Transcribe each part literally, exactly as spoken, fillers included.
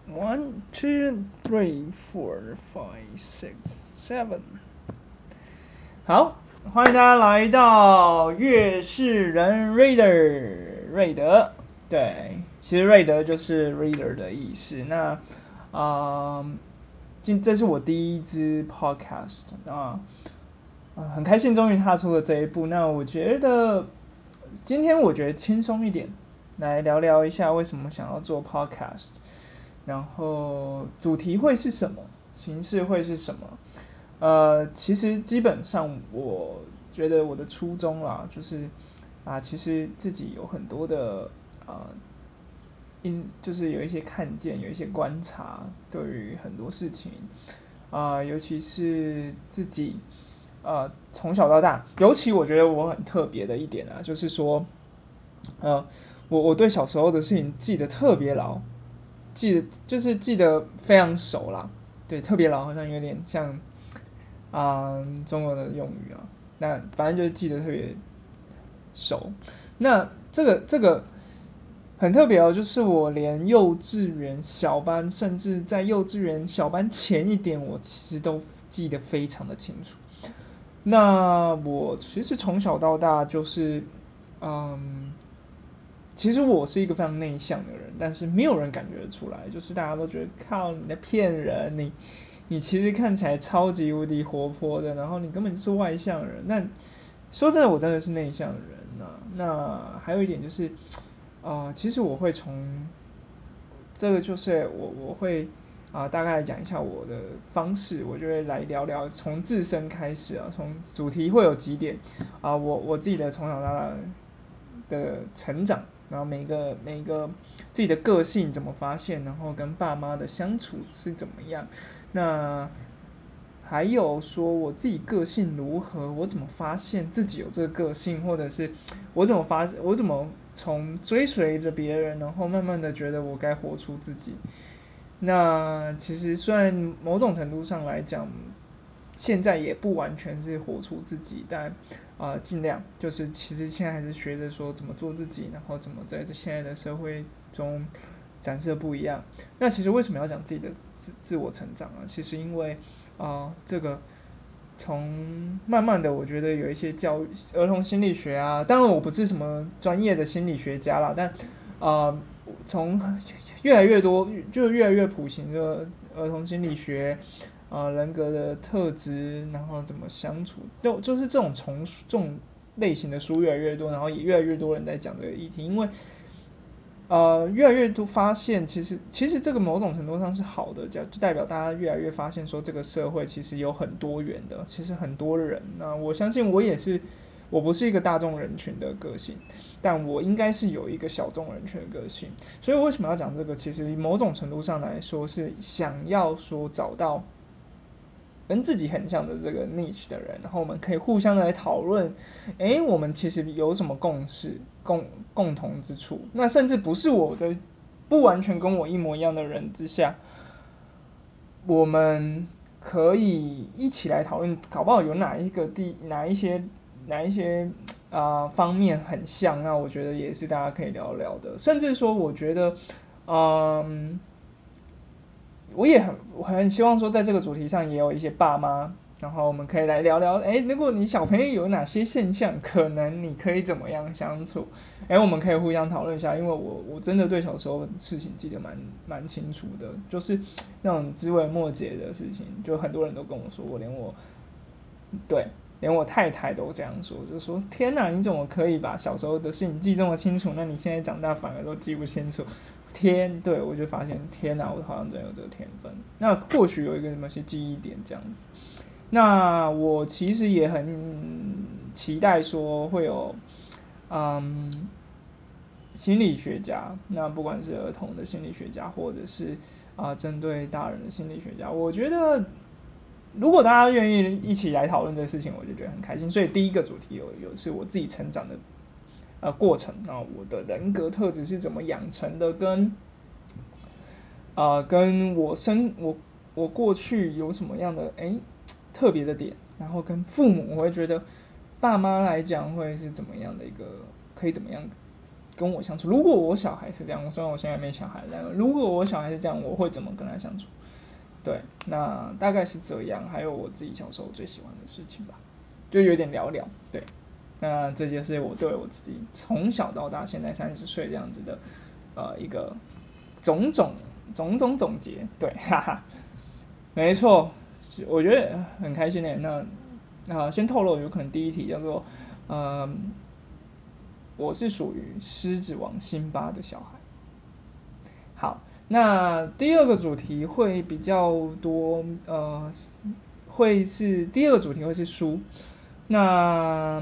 One, two, three, four, five, six, seven。好，欢迎大家来到月事人 Reader 瑞德。对，其实瑞德就是 Reader 的意思。那啊、呃今这是我第一支 Podcast 啊、呃，很开心终于踏出了这一步。那我觉得今天我觉得轻松一点，来聊聊一下为什么想要做 Podcast。然后主题会是什么，形式会是什么？呃，其实基本上我觉得我的初衷啦，就是啊，其实自己有很多的呃，因就是有一些看见，有一些观察，对于很多事情啊、呃，尤其是自己呃从小到大，尤其我觉得我很特别的一点啊，就是说，呃，我我对小时候的事情记得特别牢，记得就是记得非常熟啦，对，特别牢好像有点像啊、呃中国的用语啊，那反正就是记得特别熟。那这个这个很特别哦，就是我连幼稚园小班，甚至在幼稚园小班前一点，我其实都记得非常的清楚。那我其实从小到大就是，嗯，其实我是一个非常内向的人，但是没有人感觉得出来，就是大家都觉得靠你在骗人，你你其实看起来超级无敌活泼的，然后你根本就是外向人。那说真的，我真的是内向的人啊。那还有一点就是，啊、呃，其实我会从这个就是我我会啊、呃大概讲一下我的方式，我就会来聊聊从自身开始啊，从主题会有几点啊、呃我我自己的从小到大的成长，然后每个每个自己的个性怎么发现，然后跟爸妈的相处是怎么样，那还有说我自己个性如何，我怎么发现自己有这个个性，或者是我怎么发我怎么从追随着别人，然后慢慢的觉得我该活出自己。那其实虽然某种程度上来讲，现在也不完全是活出自己，但呃尽量就是其实现在还是学着说怎么做自己，然后怎么在这现在的社会中展示不一样。那其实为什么要讲自己的自自我成长啊？其实因为啊、呃这个从慢慢的，我觉得有一些教育儿童心理学啊，当然我不是什么专业的心理学家啦，但啊，从、呃越来越多，就越来越普行的儿童心理学，啊、呃人格的特质，然后怎么相处，都就是这种从这种类型的书越来越多，然后也越来越多人在讲这个议题，因为呃，越来越多发现，其实其实这个某种程度上是好的，就代表大家越来越发现说，这个社会其实有很多元的，其实很多人。那我相信我也是，我不是一个大众人群的个性，但我应该是有一个小众人群的个性。所以为什么要讲这个？其实某种程度上来说，是想要说找到跟自己很像的这个 niche 的人，然后我们可以互相的来讨论，诶，我们其实有什么共识、共共同之处？那甚至不是我的，不完全跟我一模一样的人之下，我们可以一起来讨论，搞不好有哪一个地、哪一些、哪一些啊、呃方面很像，那我觉得也是大家可以聊聊的。甚至说，我觉得，嗯，我也很我很希望说，在这个主题上也有一些爸妈，然后我们可以来聊聊，哎，如果你小朋友有哪些现象，可能你可以怎么样相处？哎，我们可以互相讨论一下，因为我我真的对小时候的事情记得蛮蛮清楚的，就是那种枝微末节的事情，就很多人都跟我说，我连我对。连我太太都这样说，就说：“天哪，你怎么可以把小时候的事情记这么清楚？那你现在长大反而都记不清楚？”天，对我就发现，天哪，我好像真有这个天分。那或许有一个什么些记忆点这样子。那我其实也很期待说会有，嗯，心理学家，那不管是儿童的心理学家，或者是啊、呃针对大人的心理学家，我觉得如果大家愿意一起来讨论这个事情，我就觉得很开心。所以第一个主题有有是我自己成长的呃过程，然后我的人格特质是怎么养成的，跟呃跟我生我我过去有什么样的诶特别的点，然后跟父母我会觉得爸妈来讲会是怎么样的一个可以怎么样跟我相处？如果我小孩是这样，虽然我现在没小孩，但如果我小孩是这样，我会怎么跟他相处？对，那大概是这样。还有我自己小时候最喜欢的事情吧，就有点聊聊。对，那这就是我对我自己从小到大，现在三十岁这样子的呃一个种种种种总结。对，哈哈，没错，我觉得很开心的。那啊，先透露，有可能第一题叫做，呃，我是属于狮子王辛巴的小孩。好，那第二个主题会比较多，呃，会是第二个主题会是书。那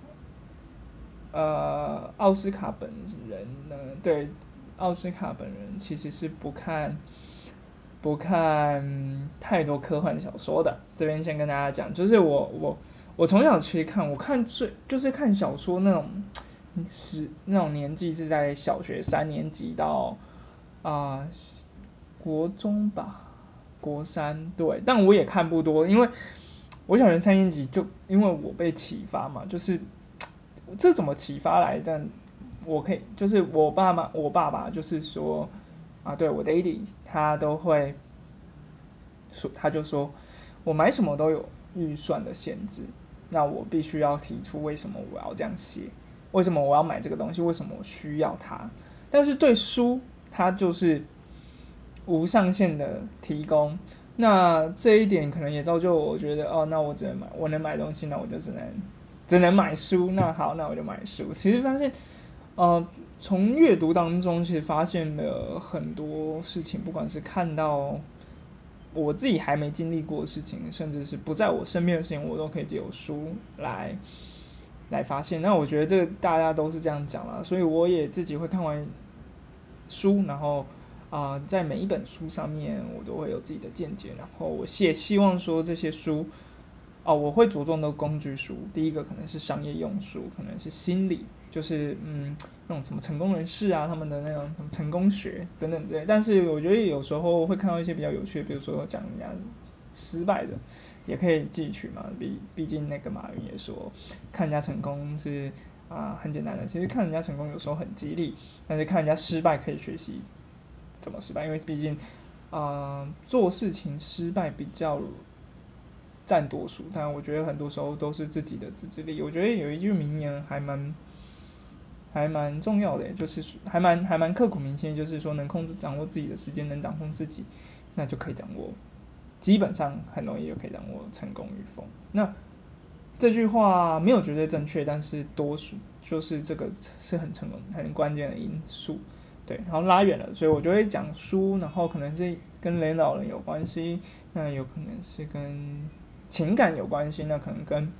呃，奥斯卡本人呢？对，奥斯卡本人其实是不看不看太多科幻小说的。这边先跟大家讲，就是我我我从小其实看，我看最就是看小说那种是那种年纪是在小学三年级到啊、呃、国中吧，国三对，但我也看不多，因为我小学三年级就因为我被启发嘛，就是这怎么启发来？但我可以就是我爸妈，我爸爸就是说啊，对我 daddy 他都会说，他就说我买什么都有预算的限制，那我必须要提出为什么我要这样写，为什么我要买这个东西，为什么我需要它。但是对书，它就是无上限的提供。那这一点可能也造就我觉得，哦，那我只能买，我能买东西，那我就只能只能买书。那好，那我就买书。其实发现，呃，从阅读当中，其实发现了很多事情，不管是看到我自己还没经历过的事情，甚至是不在我身边的事情，我都可以借由书来来发现。那我觉得这个大家都是这样讲啦，所以我也自己会看完书，然后啊、呃，在每一本书上面，我都会有自己的见解。然后我也希望说这些书，哦，我会着重的工具书。第一个可能是商业用书，可能是心理，就是嗯那种什么成功人士啊，他们的那种什么成功学等等之类。但是我觉得有时候会看到一些比较有趣的，比如说讲人家失败的，也可以汲取嘛。毕毕竟那个马云也说，看人家成功是啊、呃、很简单的，其实看人家成功有时候很激励，但是看人家失败可以学习怎么失败，因为毕竟啊、呃、做事情失败比较占多数，但我觉得很多时候都是自己的自制力。我觉得有一句名言还蛮还蛮重要的，就是还蛮还蛮刻骨铭心，就是说能控制掌握自己的时间，能掌控自己，那就可以掌握，基本上很容易就可以掌握成功与否。那这句话没有绝对正确，但是多数就是这个是很成功很关键的因素。对，然后拉远了，所以我就会讲书，然后可能是跟领导人有关系，那有可能是跟情感有关系，那可能跟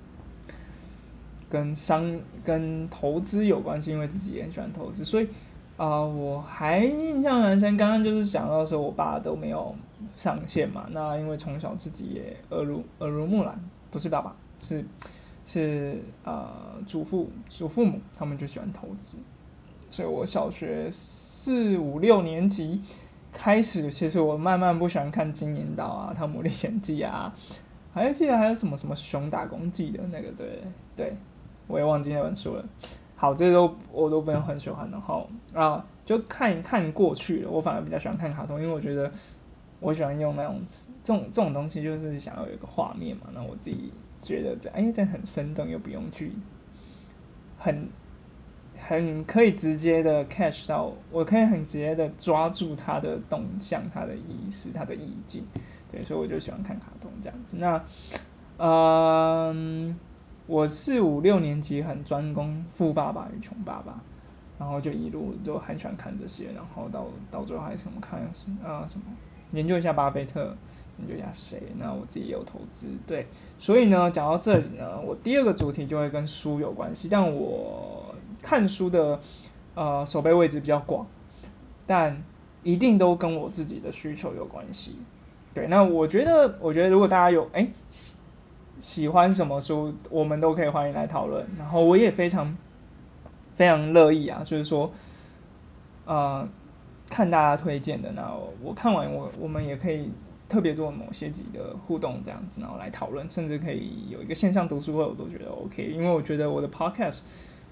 跟商跟投资有关系，因为自己也很喜欢投资，所以啊、呃，我还印象蛮深。刚刚就是讲到说，我爸都没有上线嘛，那因为从小自己也耳濡耳濡目染，不是爸爸，是是呃祖父祖父母，他们就喜欢投资，所以我小学四五六年级开始，其实我慢慢不喜欢看金银岛啊、汤姆历险记啊，还记得还有什么什么熊打工记的那个，对对，我也忘记那本书了。好，这些都我都没有很喜欢，然后啊就看看过去了。我反而比较喜欢看卡通，因为我觉得我喜欢用那种这种这种东西，就是想要有一个画面嘛。那我自己觉得这哎这很生动，又不用去很很可以直接的 catch 到，我可以很直接的抓住它的动向、它的意思、它的意境。对，所以我就喜欢看卡通这样子。那嗯。我是五六年级很专攻《富爸爸与穷爸爸》，然后就一路就很喜欢看这些，然后到到最后还什么看啊、呃、什么研究一下巴菲特，研究一下谁，那我自己也有投资，对，所以呢，讲到这里呢，我第二个主题就会跟书有关系，但我看书的呃手背位置比较广，但一定都跟我自己的需求有关系，对，那我觉得，我觉得如果大家有哎。欸喜欢什么书，我们都可以欢迎来讨论。然后我也非常非常乐意啊，就是说，呃，看大家推荐的，那我看完我我们也可以特别做某些集的互动这样子，然后来讨论，甚至可以有一个线上读书会，我都觉得 OK。因为我觉得我的 podcast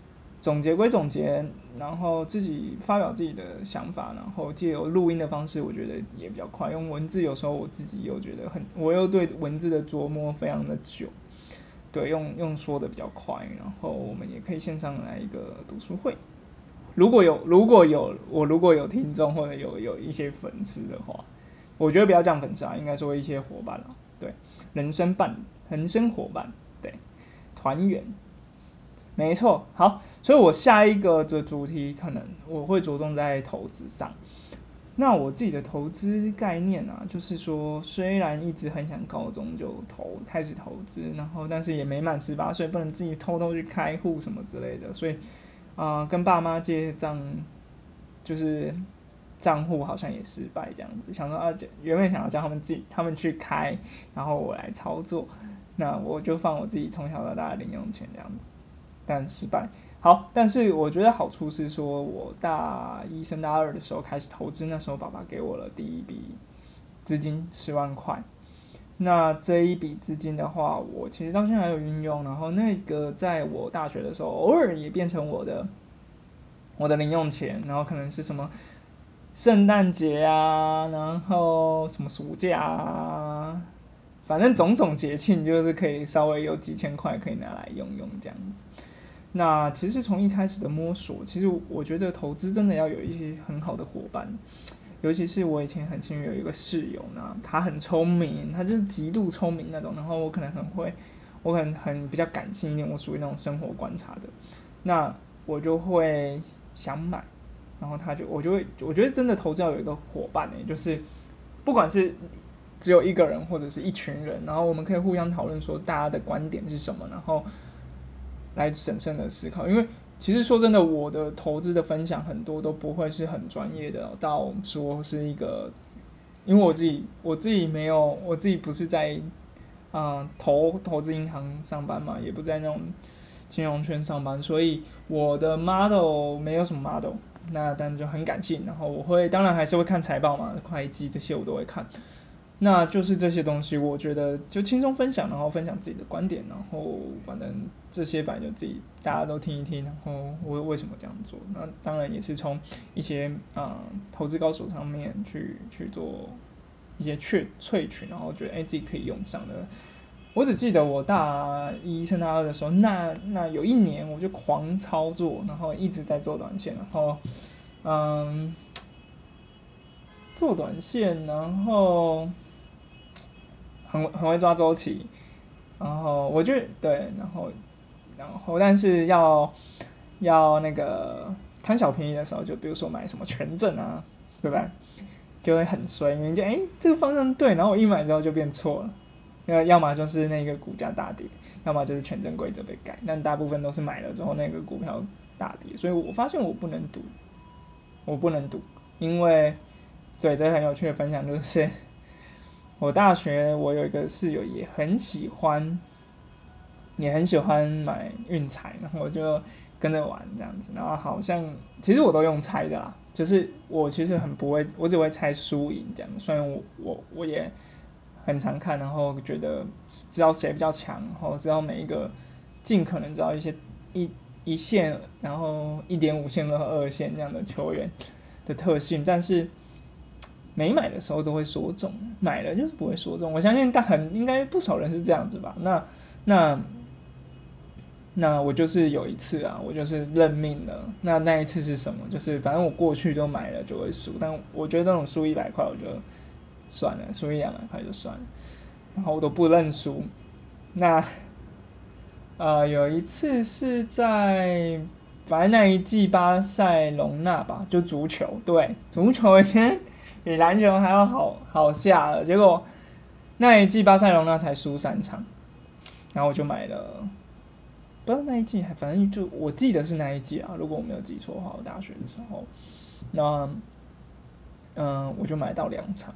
总结归总结，然后自己发表自己的想法，然后借由录音的方式，我觉得也比较快。用文字有时候我自己又觉得很，我又对文字的琢磨非常的久，对，用用说的比较快。然后我们也可以线上来一个读书会，如果有如果有我如果有听众或者有有一些粉丝的话，我觉得不要讲粉丝啊，应该说一些伙伴啦，对，人生伴人生伙伴，对，团圆。没错，好，所以我下一个的主题可能我会着重在投资上。那我自己的投资概念啊，就是说，虽然一直很想高中就投开始投资，然后但是也没满十八岁，不能自己偷偷去开户什么之类的，所以啊、呃，跟爸妈借账就是账户好像也失败这样子。想说啊，原本想要叫他们自己他们去开，然后我来操作，那我就放我自己从小到大的零用钱这样子。但失败。好，但是我觉得好处是说，我大一升大二的时候开始投资，那时候爸爸给我了第一笔资金十万块。那这一笔资金的话，我其实到现在还有运用，然后那个在我大学的时候，偶尔也变成我的我的零用钱，然后可能是什么圣诞节啊，然后什么暑假啊，反正种种节庆就是可以稍微有几千块可以拿来用用这样子。那其实从一开始的摸索，其实我觉得投资真的要有一些很好的伙伴，尤其是我以前很幸运有一个室友呢，他很聪明，他就是极度聪明那种，然后我可能很会，我可能很比较感性一点，我属于那种生活观察的，那我就会想买，然后他就我就会，我觉得真的投资要有一个伙伴欸，就是不管是只有一个人或者是一群人，然后我们可以互相讨论说大家的观点是什么，然后来审慎的思考。因为其实说真的，我的投资的分享很多都不会是很专业的，到说是一个，因为我自己我自己没有，我自己不是在啊、呃、投投资银行上班嘛，也不在那种金融圈上班，所以我的 model 没有什么 model。那但就很感性，然后我会当然还是会看财报嘛，会计这些我都会看。那就是这些东西，我觉得就轻松分享，然后分享自己的观点，然后反正这些反正就自己大家都听一听，然后我为什么这样做？那当然也是从一些啊、呃、投资高手上面去去做一些萃萃取，然后觉得哎、欸、自己可以用上的。我只记得我大一升大二的时候，那那有一年我就狂操作，然后一直在做短线，然后嗯做短线，然后。很很会抓周期，然后我觉得对，然后然后但是要要那个贪小便宜的时候，就比如说买什么权证啊，对吧？就会很衰，因为就哎这个方向对，然后我一买之后就变错了，要要么就是那个股价大跌，要么就是权证规则被改，但大部分都是买了之后那个股票大跌，所以我发现我不能赌，我不能赌，因为对，这很有趣的分享就是。我大学我有一个室友也很喜欢，也很喜欢买运彩，然后我就跟着玩这样子，然后好像其实我都用猜的啦，就是我其实很不会，我只会猜输赢这样，虽然我我我也很常看，然后觉得知道谁比较强，然后知道每一个尽可能知道一些一一线，然后一点五线和二线这样的球员的特性，但是。没买的时候都会说中，买了就是不会说中。我相信大很应该不少人是这样子吧。那那那我就是有一次啊，我就是认命了。那那一次是什么？就是反正我过去都买了就会输，但我觉得那种输一百块我就算了，输一两百块就算了，然后我都不认输。那呃有一次是在反正那一季巴塞隆纳吧，就足球，对足球以前。比篮球还要好好下了，结果那一季巴塞隆纳才输三场，然后我就买了，不知道那一季，反正就我记得是那一季啊，如果我没有记错的话，我大学的时候，那嗯、呃、我就买到两场，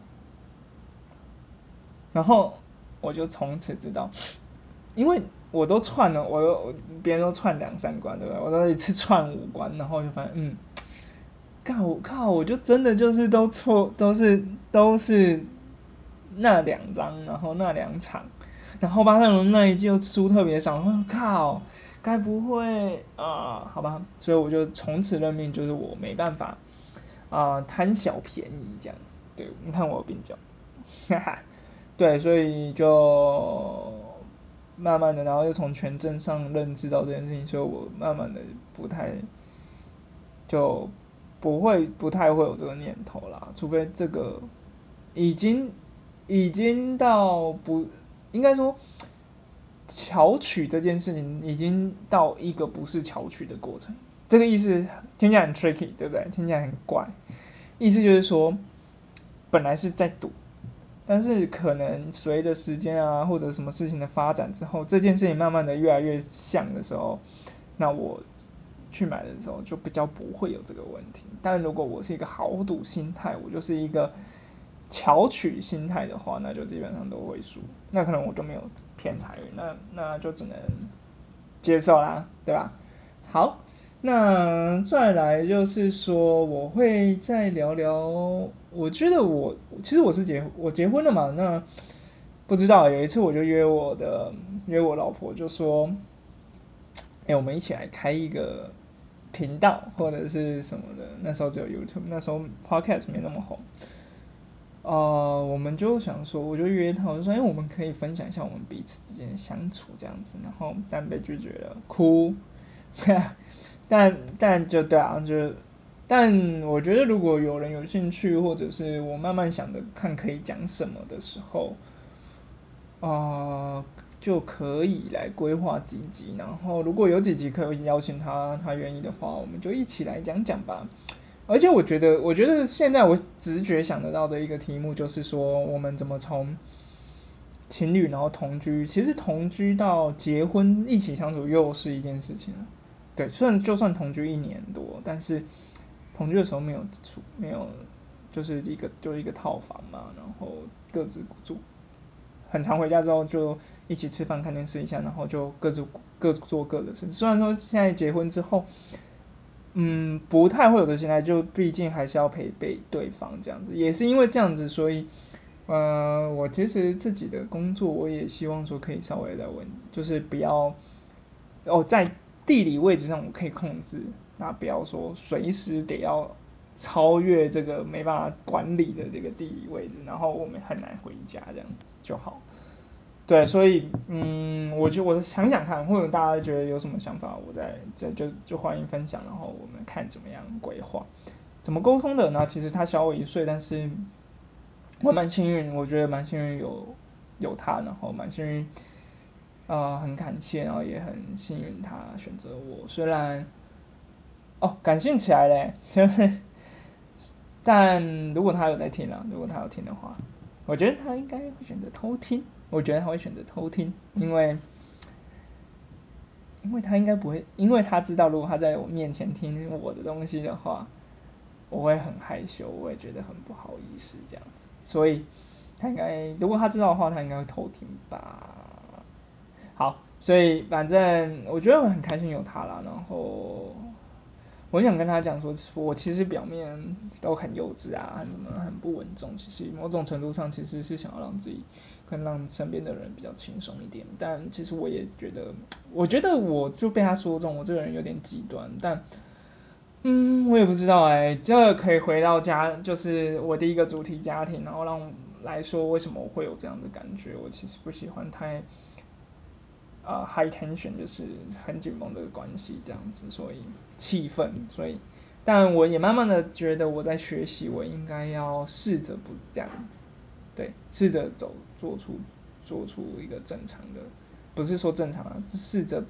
然后我就从此知道，因为我都串了，我别人都串两三关，对不对？我都一次串五关，然后我就发现嗯。靠！我靠！我就真的就是都错，都是都是那两张，然后那两场，然后巴塞罗那一季又输特别少，我靠！ 该不会啊、呃？好吧，所以我就从此认命，就是我没办法啊、呃、贪小便宜这样子。对，你看我有鬓角，哈哈。对，所以就慢慢的，然后又从权证上认知到这件事情，所以我慢慢的不太就不会不太会有这个念头啦，除非这个已经已经到不应该说巧取这件事情已经到一个不是巧取的过程，这个意思听起来很 tricky， 对不对？听起来很怪，意思就是说本来是在赌。但是可能随着时间啊，或者什么事情的发展之后，这件事情慢慢的越来越像的时候，那我去买的时候就比较不会有这个问题。但如果我是一个豪赌心态，我就是一个巧取心态的话，那就基本上都会输。那可能我就没有偏财运，那那就只能接受啦，对吧？好，那再来就是说，我会再聊聊。我觉得我其实我是结我结婚了嘛，那不知道有一次我就约我的约我老婆，就说，哎、欸，我们一起来开一个频道或者是什么的。那时候只有 YouTube， 那时候 Podcast 没那么红。呃，我们就想说，我就约他，我就说，哎、欸，我们可以分享一下我们彼此之间的相处这样子。然后但被拒绝了，哭。但但就对啊，就但我觉得如果有人有兴趣，或者是我慢慢想着看可以讲什么的时候，呃，就可以来规划几集。然后如果有几集可以邀请他，他愿意的话，我们就一起来讲讲吧。而且我觉得，我觉得现在我直觉想得到的一个题目就是说，我们怎么从情侣然后同居，其实同居到结婚一起相处又是一件事情了。对，虽然就算同居一年多，但是同居的时候没有住，没有就是一个就一个套房嘛，然后各自住，很常回家之后就一起吃饭看电视一下，然后就各自各做各的事。虽然说现在结婚之后，嗯，不太会有的心态，就毕竟还是要陪陪对方这样子，也是因为这样子，所以呃，我其实自己的工作我也希望说可以稍微的稳，就是不要哦在地理位置上我可以控制，那不要说随时得要超越这个没办法管理的这个地理位置，然后我们很难回家这样就好。对，所以嗯，我就我想想看，或者大家觉得有什么想法，我再再就就欢迎分享，然后我们看怎么样规划，怎么沟通的。那其实他小我一岁，但是我蛮幸运，我觉得蛮幸运有有他，然后蛮幸运。呃，很感谢，然后也很幸运他选择我。虽然哦，感性起来嘞，就是，但如果他有在听啊，如果他有听的话，我觉得他应该会选择偷听。我觉得他会选择偷听，因为因为他应该不会，因为他知道如果他在我面前听我的东西的话，我会很害羞，我会觉得很不好意思这样子。所以他应该，如果他知道的话，他应该会偷听吧。好，所以反正我觉得我很开心有他啦，然后我想跟他讲说，我其实表面都很幼稚啊，很很不稳重，其实某种程度上其实是想要让自己跟让身边的人比较轻松一点，但其实我也觉得，我觉得我就被他说中，我这个人有点极端，但嗯，我也不知道哎、欸，这可以回到家，就是我第一个主题家庭，然后让来说为什么我会有这样的感觉，我其实不喜欢太。呃 high tension 就是很紧绷的关系这样子，所以气氛，所以，但我也慢慢的觉得我在学习，我应该要试着不是这样子，对，试着走做出做出一个正常的，不是说正常啊，是试着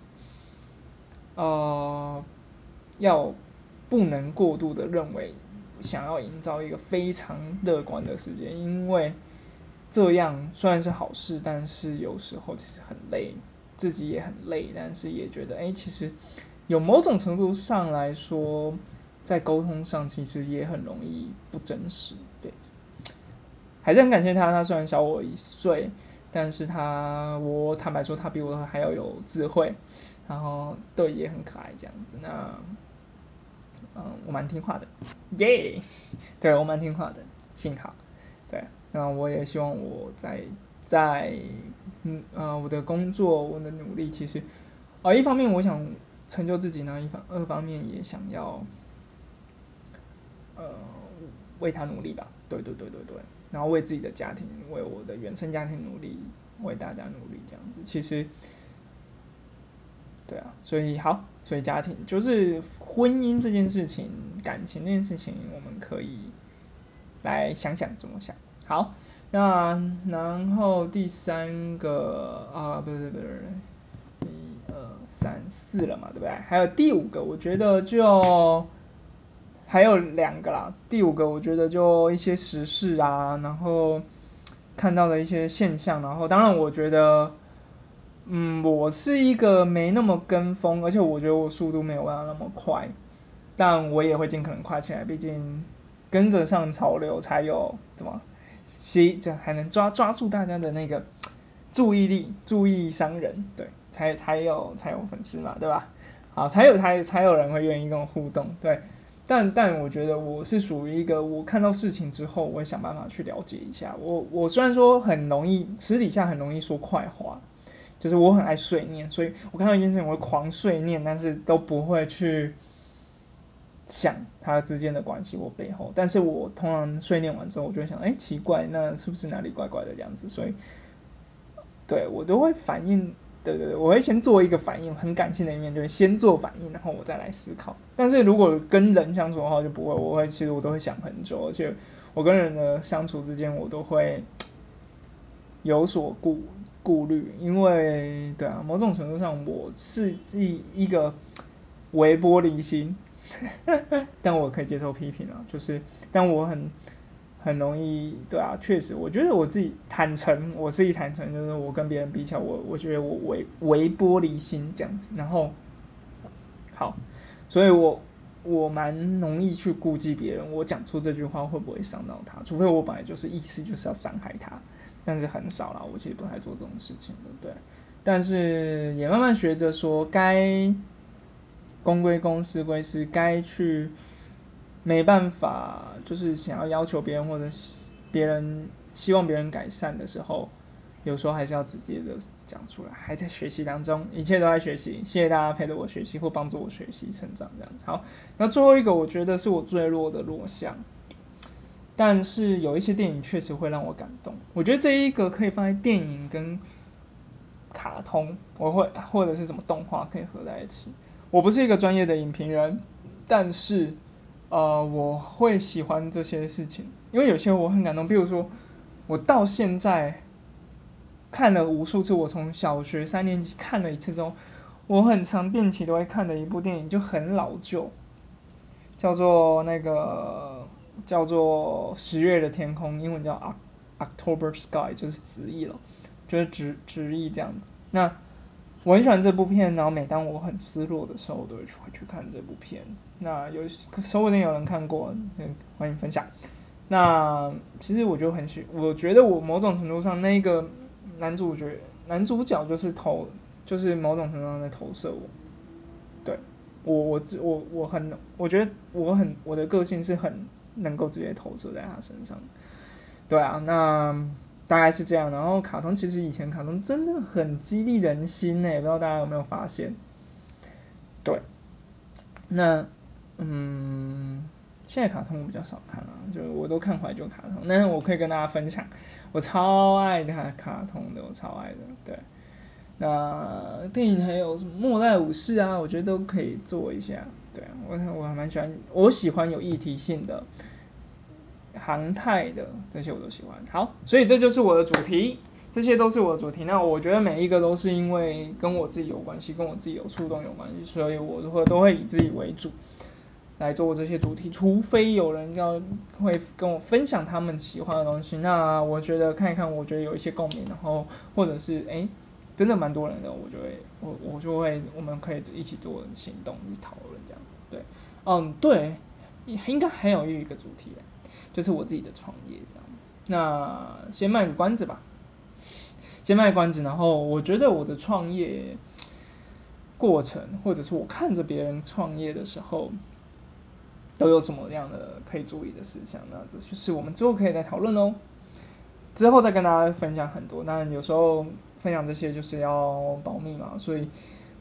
呃要不能过度的认为想要营造一个非常乐观的世界，因为这样虽然是好事，但是有时候其实很累。自己也很累，但是也觉得，哎、欸，其实有某种程度上来说，在沟通上其实也很容易不真实，对。还是很感谢他，他虽然小我一岁，但是他，我坦白说，他比我还要有智慧，然后对也很可爱这样子。那，嗯，我蛮听话的，耶、yeah! 对我蛮听话的，幸好，对。那我也希望我在在。嗯呃，我的工作，我的努力，其实哦，一方面我想成就自己，然后一方二方面也想要呃为他努力吧。对对对对对，然后为自己的家庭，为我的原生家庭努力，为大家努力这样子。其实，对啊，所以好，所以家庭就是婚姻这件事情，感情这件事情，我们可以来想想怎么想。好，那然后第三个啊，不是不是，一二三四了嘛，对不对？还有第五个，我觉得就还有两个啦。第五个，我觉得就一些时事啊，然后看到的一些现象，然后当然我觉得，嗯，我是一个没那么跟风，而且我觉得我速度没有办法那么快，但我也会尽可能快起来，毕竟跟着上潮流才有怎么吸，这还能抓抓住大家的那个注意力，注意商人，对，才才有才有粉丝嘛，对吧？好，才有才才有人会愿意跟我互动，对。但但我觉得我是属于一个，我看到事情之后，我会想办法去了解一下。我我虽然说很容易私底下很容易说快话，就是我很爱碎念，所以我看到一件事情我会狂碎念，但是都不会去想它之间的关系或背后。但是我通常碎念完之后，我就会想，哎，奇怪，那是不是哪里怪怪的这样子？所以对我都会反应。对对对，我会先做一个反应，很感性的一面，就会先做反应，然后我再来思考。但是如果跟人相处的话，就不会，我会其实我都会想很久，而且我跟人的相处之间，我都会有所顾顾虑，因为对啊，某种程度上我是一一个微玻璃心，但我可以接受批评啊，就是但我很很容易，对啊，确实，我觉得我自己坦诚，我自己坦诚，就是我跟别人比起来，我我觉得我微微玻璃心这样子，然后好，所以我我蛮容易去顾忌别人，我讲出这句话会不会伤到他，除非我本来就是意思就是要伤害他，但是很少啦，我其实不太做这种事情的，对，但是也慢慢学着说，该公归公，私归私，该去。没办法，就是想要要求别人或者别人希望别人改善的时候，有时候还是要直接的讲出来。还在学习当中，一切都在学习。谢谢大家陪着我学习或帮助我学习成长，这样子。好，那最后一个我觉得是我最弱的弱项，但是有一些电影确实会让我感动。我觉得这一个可以放在电影跟卡通，我会或者是什么动画可以合在一起。我不是一个专业的影评人，但是。呃，我会喜欢这些事情，因为有些我很感动。比如说，我到现在看了无数次，我从小学三年级看了一次之后，我很常定期都会看的一部电影，就很老旧，叫做那个叫做《十月的天空》，英文叫 October Sky， 就是直译了，就是直直译这样子。那我很喜欢这部片，然后每当我很失落的时候，我都会去会去看这部片子。那有说不定有人看过，欢迎分享。那其实我就很喜，我觉得我某种程度上那个男主角男主角就是投，就是某种程度上在投射我。对我我我我很，我觉得我很我的个性是很能够直接投射在他身上。对啊，那。大概是这样，然后卡通其实以前卡通真的很激励人心呢，不知道大家有没有发现？对，那嗯，现在卡通我比较少看了，就我都看怀旧卡通，但是我可以跟大家分享，我超爱看卡通的，我超爱的。对，那电影还有什么末代武士啊，我觉得都可以做一下。对，我我还蛮喜欢，我喜欢有议题性的。航太的这些我都喜欢。好，所以这就是我的主题，这些都是我的主题。那我觉得每一个都是因为跟我自己有关系，跟我自己有触动有关系，所以我都会都会以自己为主来做这些主题。除非有人要会跟我分享他们喜欢的东西，那我觉得看一看，我觉得有一些共鸣，然后或者是哎、欸、真的蛮多人的，我就会我我就会我们可以一起做行动，一起讨论这样。对，嗯，对，应该还有一个主题。就是我自己的创业这样子，那先卖个关子吧，先卖关子。然后我觉得我的创业过程，或者是我看着别人创业的时候，都有什么样的可以注意的事项？那这就是我们之后可以再讨论喽。之后再跟大家分享很多，当然有时候分享这些就是要保密嘛，所以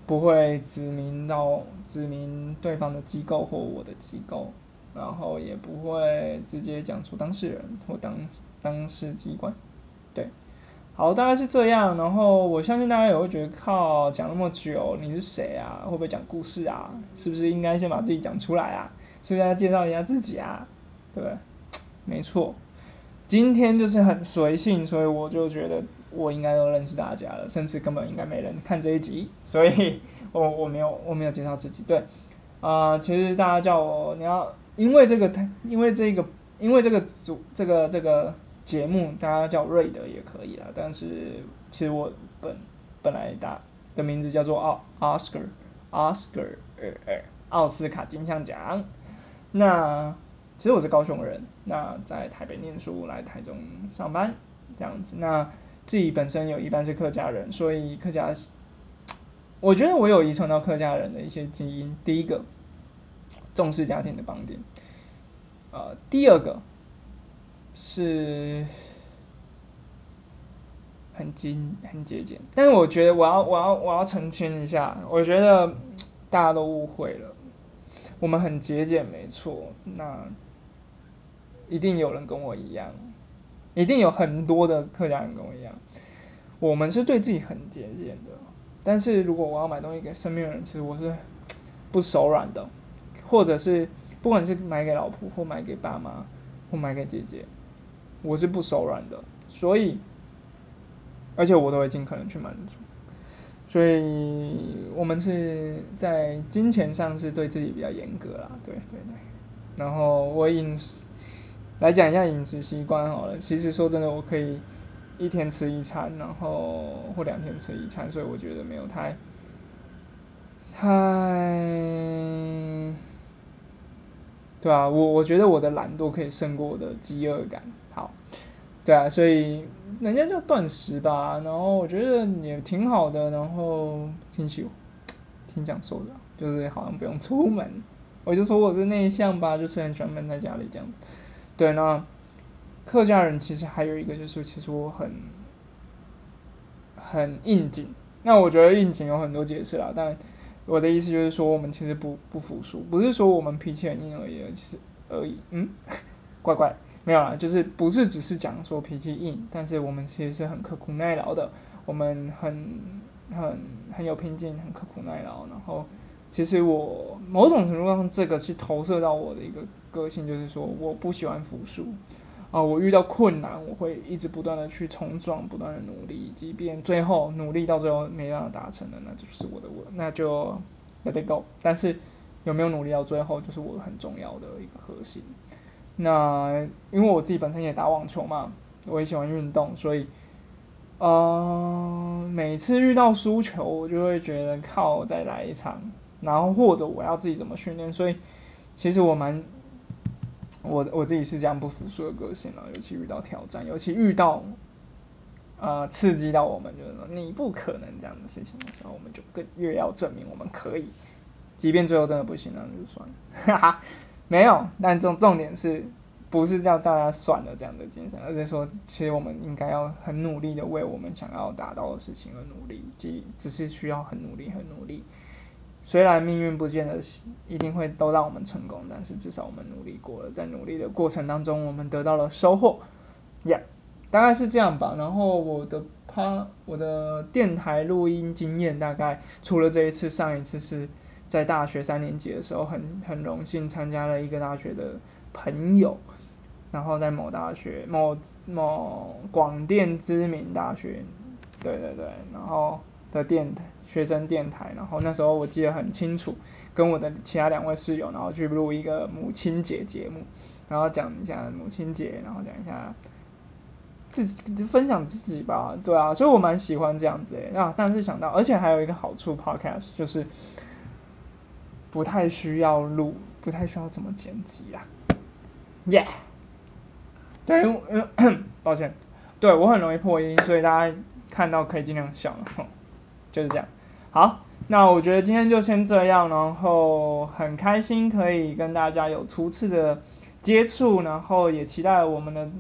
不会指明到指明对方的机构或我的机构，然后也不会直接讲出当事人或当当事机关。对，好，大概是这样。然后我相信大家也会觉得，靠，讲那么久，你是谁啊？会不会讲故事啊？是不是应该先把自己讲出来啊？是不是要介绍一下自己啊？对不对？没错。今天就是很随性，所以我就觉得我应该都认识大家了，甚至根本应该没人看这一集，所以我我没有我没有介绍自己。对，啊、呃，其实大家叫我，你要因为这个，因为这个，因为这个组这个这个节目，大家叫瑞德也可以啦。但是其实我本本来打的名字叫做奥 Oscar Oscar 呃呃奥斯卡金像奖。那其实我是高雄人，那在台北念书，来台中上班这样子。那自己本身有一半是客家人，所以客家，我觉得我有遗传到客家人的一些基因。第一个，重视家庭的绑定，呃，第二个是很精很节俭。但是我觉得我要我要我要澄清一下，我觉得大家都误会了，我们很节俭没错，那一定有人跟我一样，一定有很多的客家人跟我一样，我们是对自己很节俭的。但是如果我要买东西给身边的人吃，我是不手软的，或者是不管是买给老婆或买给爸妈或买给姐姐，我是不手软的。所以，而且我都会尽可能去满足。所以我们是在金钱上是对自己比较严格啦，对对对。然后我饮食来讲一下饮食习惯好了。其实说真的，我可以一天吃一餐，然后或两天吃一餐，所以我觉得没有太太对啊。我我觉得我的懒惰可以胜过我的饥饿感。好，对啊，所以人家叫断食吧，然后我觉得也挺好的，然后挺喜挺享受的，就是好像不用出门。我就说我是内向吧，就是很喜欢闷在家里这样子。对，那客家人其实还有一个就是，其实我很很应景。那我觉得应景有很多解释啦，但我的意思就是说，我们其实不不服输，不是说我们脾气很硬而已，其实而已。嗯，怪怪，没有啦，就是不是只是讲说脾气硬，但是我们其实是很刻苦耐劳的，我们很很很有拼劲，很刻苦耐劳。然后，其实我某种程度上，这个是投射到我的一个个性，就是说我不喜欢服输。啊、呃，我遇到困难，我会一直不断的去冲撞，不断的努力，即便最后努力到最后没办法达成了，那就是我的我，那就 let it go。但是有没有努力到最后，就是我很重要的一个核心。那因为我自己本身也打网球嘛，我也喜欢运动，所以呃，每次遇到输球，我就会觉得靠，再来一场，然后或者我要自己怎么训练。所以其实我蛮。我我自己是这样不服输的个性啦，尤其遇到挑战，尤其遇到呃刺激到我们，就是说你不可能这样的事情的时候，我们就更越要证明我们可以，即便最后真的不行，那就算了，哈哈，没有。但重重点是不是叫大家算了这样的精神，而是说，其实我们应该要很努力的为我们想要达到的事情而努力，即只是需要很努力，很努力。虽然命运不见得一定会都让我们成功，但是至少我们努力过了，在努力的过程当中，我们得到了收获。Yeah， 大概是这样吧。然后我的趴，我的电台录音经验大概除了这一次，上一次是在大学三年级的时候很，很很荣幸参加了一个大学的朋友，然后在某大学某某广电知名大学，对对对，然后的电台。学生电台，然后那时候我记得很清楚，跟我的其他两位室友，然后去录一个母亲节节目，然后讲一下母亲节，然后讲一下自己分享自己吧，对啊，所以我蛮喜欢这样子诶啊。但是想到，而且还有一个好处 ，podcast 就是不太需要录，不太需要怎么剪辑啦。Yeah， 对，因为抱歉，对我很容易破音，所以大家看到可以尽量笑，就是这样。好，那我觉得今天就先这样，然后很开心可以跟大家有初次的接触，然后也期待我们的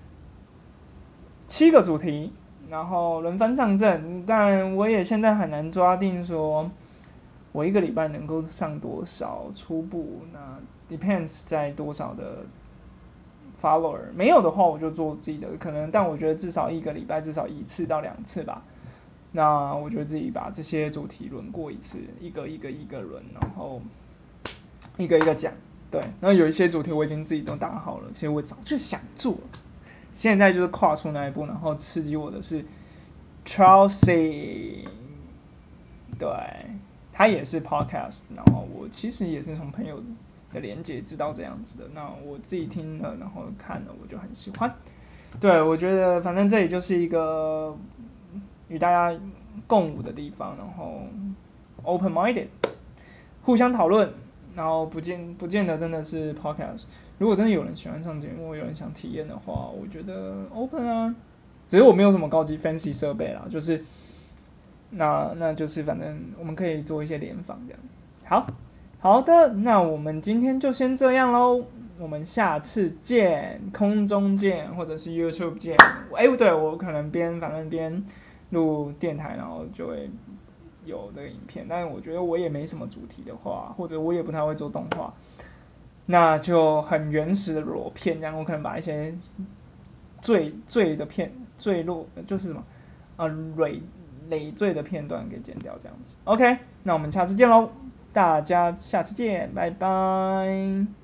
七个主题，然后轮番上阵。但我也现在很难抓定说我一个礼拜能够上多少初步，那 depends 在多少的 follower， 没有的话我就做自己的可能，但我觉得至少一个礼拜至少一次到两次吧。那我就自己把这些主题轮过一次，一个一个一个轮，然后一个一个讲。对，那有一些主题我已经自己都打好了，其实我早就想做了，现在就是跨出那一步，然后刺激我的是 Chelsea， 对，他也是 podcast， 然后我其实也是从朋友的连结知道这样子的，那我自己听了，然后看了，我就很喜欢。对，我觉得反正这里就是一个与大家共舞的地方，然后 open minded， 互相讨论，然后不见不见得真的是 podcast。如果真的有人喜欢上节目，有人想体验的话，我觉得 open 啊。只是我没有什么高级 fancy 设备啦，就是那那就是反正我们可以做一些联访这样。好好的，那我们今天就先这样喽。我们下次见，空中见，或者是 YouTube 见。哎、欸，对，我可能边反正边录电台，然后就会有这个影片。但是我觉得我也没什么主题的话，或者我也不太会做动画，那就很原始的裸片，这样我可能把一些坠坠的片、坠落就是什么呃累累赘的片段给剪掉，这样子。OK， 那我们下次见喽，大家下次见，拜拜。